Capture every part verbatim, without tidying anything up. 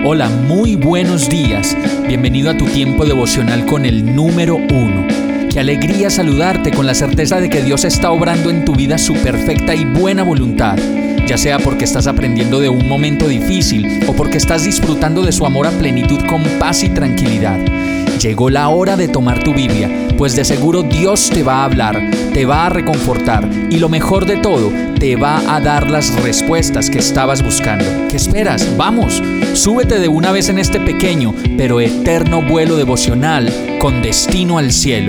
Hola, muy buenos días. Bienvenido a tu tiempo devocional con el número uno. Qué alegría saludarte con la certeza de que Dios está obrando en tu vida su perfecta y buena voluntad, ya sea porque estás aprendiendo de un momento difícil o porque estás disfrutando de su amor a plenitud con paz y tranquilidad. Llegó la hora de tomar tu Biblia, pues de seguro Dios te va a hablar, te va a reconfortar y lo mejor de todo, te va a dar las respuestas que estabas buscando. ¿Qué esperas? ¡Vamos! Súbete de una vez en este pequeño pero eterno vuelo devocional con destino al cielo.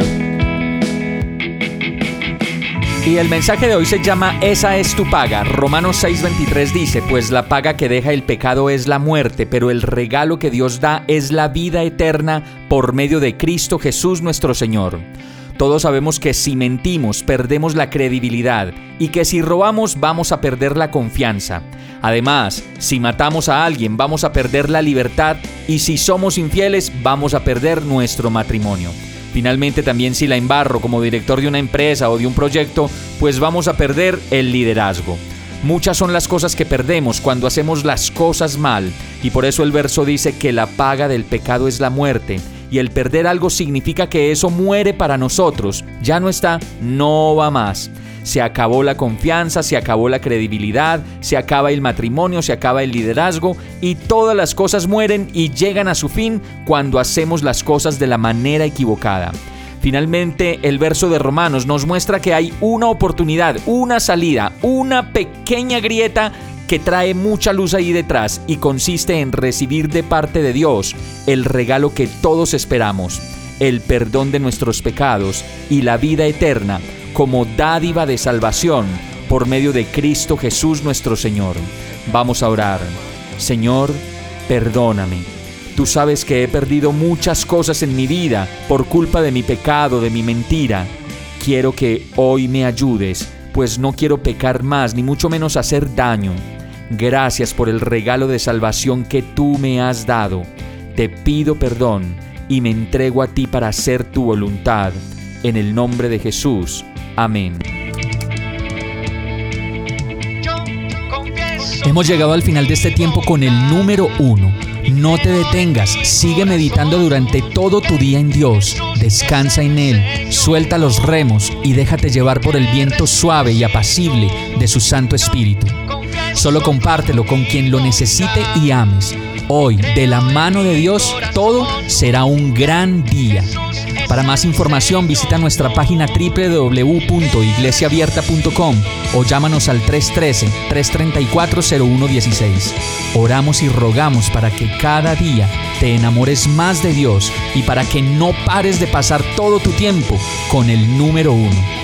Y el mensaje de hoy se llama Esa es tu paga. Romanos seis veintitrés dice, pues la paga que deja el pecado es la muerte, pero el regalo que Dios da es la vida eterna por medio de Cristo Jesús nuestro Señor. Todos sabemos que si mentimos perdemos la credibilidad y que si robamos vamos a perder la confianza. Además, si matamos a alguien vamos a perder la libertad y si somos infieles vamos a perder nuestro matrimonio. Finalmente, también si la embarro como director de una empresa o de un proyecto, pues vamos a perder el liderazgo. Muchas son las cosas que perdemos cuando hacemos las cosas mal, y por eso el verso dice que la paga del pecado es la muerte, y el perder algo significa que eso muere para nosotros, ya no está, no va más. Se acabó la confianza, se acabó la credibilidad, se acaba el matrimonio, se acaba el liderazgo y todas las cosas mueren y llegan a su fin cuando hacemos las cosas de la manera equivocada. Finalmente, el verso de Romanos nos muestra que hay una oportunidad, una salida, una pequeña grieta que trae mucha luz ahí detrás y consiste en recibir de parte de Dios el regalo que todos esperamos, el perdón de nuestros pecados y la vida eterna, como dádiva de salvación por medio de Cristo Jesús nuestro Señor. Vamos a orar. Señor, perdóname. Tú sabes que he perdido muchas cosas en mi vida por culpa de mi pecado, de mi mentira. Quiero que hoy me ayudes, pues no quiero pecar más, ni mucho menos hacer daño. Gracias por el regalo de salvación que tú me has dado. Te pido perdón y me entrego a ti para hacer tu voluntad. En el nombre de Jesús. Amén. Hemos llegado al final de este tiempo con el número uno. No te detengas, sigue meditando durante todo tu día en Dios. Descansa en Él, suelta los remos y déjate llevar por el viento suave y apacible de su Santo Espíritu. Solo compártelo con quien lo necesite y ames. Hoy, de la mano de Dios, todo será un gran día. Para más información visita nuestra página doble u doble u doble u punto iglesia abierta punto com o llámanos al tres uno tres, tres tres cuatro, cero uno uno seis. Oramos y rogamos para que cada día te enamores más de Dios y para que no pares de pasar todo tu tiempo con el número uno.